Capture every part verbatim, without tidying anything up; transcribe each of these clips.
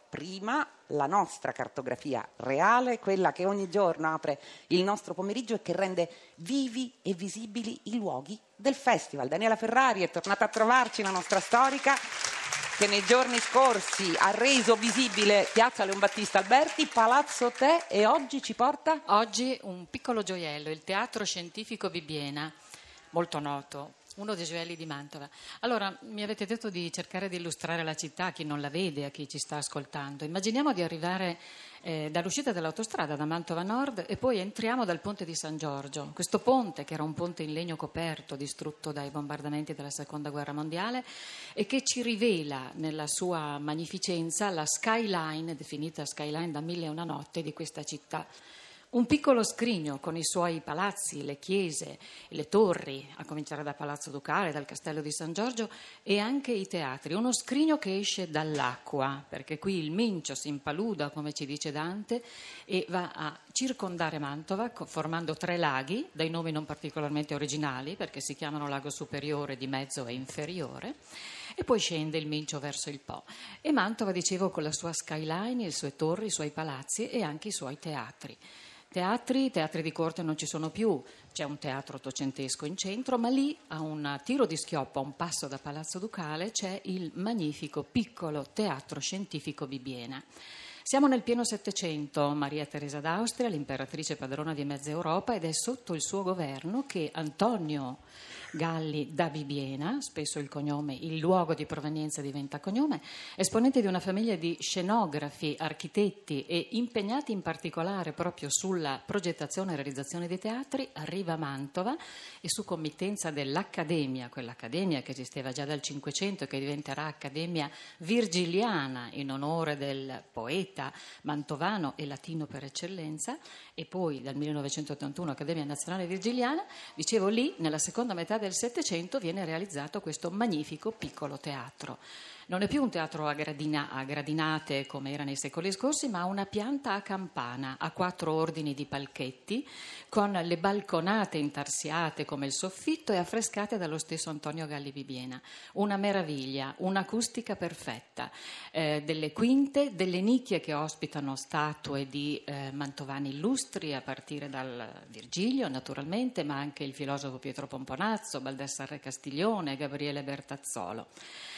prima la nostra cartografia reale, quella che ogni giorno apre il nostro pomeriggio e che rende vivi e visibili i luoghi del festival. Daniela Ferrari è tornata a trovarci, la nostra storica, che nei giorni scorsi ha reso visibile Piazza Leon Battista Alberti, Palazzo Te, e oggi ci porta? Oggi un piccolo gioiello, il Teatro Scientifico Bibbiena, molto noto, uno dei gioielli di Mantova. Allora, mi avete detto di cercare di illustrare la città a chi non la vede, a chi ci sta ascoltando. Immaginiamo di arrivare eh, dall'uscita dell'autostrada da Mantova Nord e poi entriamo dal ponte di San Giorgio. Questo ponte, che era un ponte in legno coperto, distrutto dai bombardamenti della Seconda Guerra Mondiale, e che ci rivela nella sua magnificenza la skyline, definita skyline da Mille e una notte, di questa città. Un piccolo scrigno con i suoi palazzi, le chiese, le torri, a cominciare da Palazzo Ducale, dal Castello di San Giorgio, e anche i teatri. Uno scrigno che esce dall'acqua, perché qui il Mincio si impaluda, come ci dice Dante, e va a circondare Mantova, formando tre laghi, dai nomi non particolarmente originali, perché si chiamano Lago Superiore, di Mezzo e Inferiore, e poi scende il Mincio verso il Po. E Mantova, dicevo, con la sua skyline, le sue torri, i suoi palazzi e anche i suoi teatri. Teatri, teatri di corte non ci sono più, c'è un teatro ottocentesco in centro, ma lì a un tiro di schioppo, a un passo da Palazzo Ducale, c'è il magnifico piccolo Teatro Scientifico Bibbiena. Siamo nel pieno Settecento, Maria Teresa d'Austria, l'imperatrice padrona di mezza Europa, ed è sotto il suo governo che Antonio Galli da Bibbiena, spesso il cognome, il luogo di provenienza diventa cognome, esponente di una famiglia di scenografi, architetti e impegnati in particolare proprio sulla progettazione e realizzazione dei teatri, arriva a Mantova e su committenza dell'Accademia, quell'Accademia che esisteva già dal Cinquecento e che diventerà Accademia Virgiliana in onore del poeta mantovano e latino per eccellenza, e poi dal millenovecentottantuno Accademia Nazionale Virgiliana, dicevo, lì nella seconda metà del Settecento viene realizzato questo magnifico piccolo teatro. Non è più un teatro a, gradina, a gradinate come era nei secoli scorsi, ma una pianta a campana, a quattro ordini di palchetti, con le balconate intarsiate come il soffitto e affrescate dallo stesso Antonio Galli Bibbiena. Una meraviglia, un'acustica perfetta, eh, delle quinte, delle nicchie che ospitano statue di eh, mantovani illustri, a partire dal Virgilio naturalmente, ma anche il filosofo Pietro Pomponazzo, Baldassarre Castiglione, Gabriele Bertazzolo.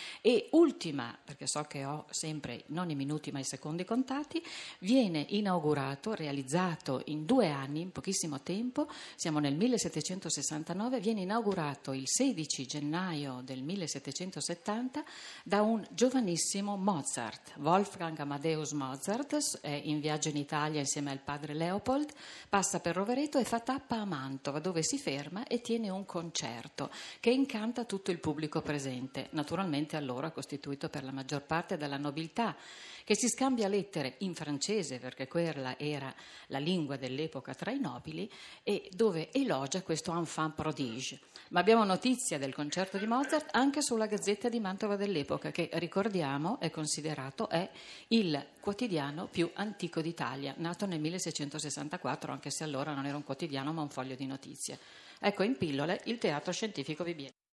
E ultima, perché so che ho sempre non i minuti ma i secondi contati, viene inaugurato, realizzato in due anni, in pochissimo tempo, siamo nel millesettecentosessantanove, viene inaugurato il sedici gennaio del millesettecentosettanta da un giovanissimo Mozart, Wolfgang Amadeus Mozart, è in viaggio in Italia insieme al padre Leopold, passa per Rovereto e fa tappa a Mantova, dove si ferma e tiene un concerto che incanta tutto il pubblico presente, naturalmente allora allora costituito per la maggior parte dalla nobiltà, che si scambia lettere in francese, perché quella era la lingua dell'epoca tra i nobili, e dove elogia questo enfant prodige. Ma abbiamo notizia del concerto di Mozart anche sulla Gazzetta di Mantova dell'epoca, che ricordiamo è considerato è il quotidiano più antico d'Italia, nato nel milleseicentosessantaquattro, anche se allora non era un quotidiano ma un foglio di notizie. Ecco, in pillole, il Teatro Scientifico Bibbiena.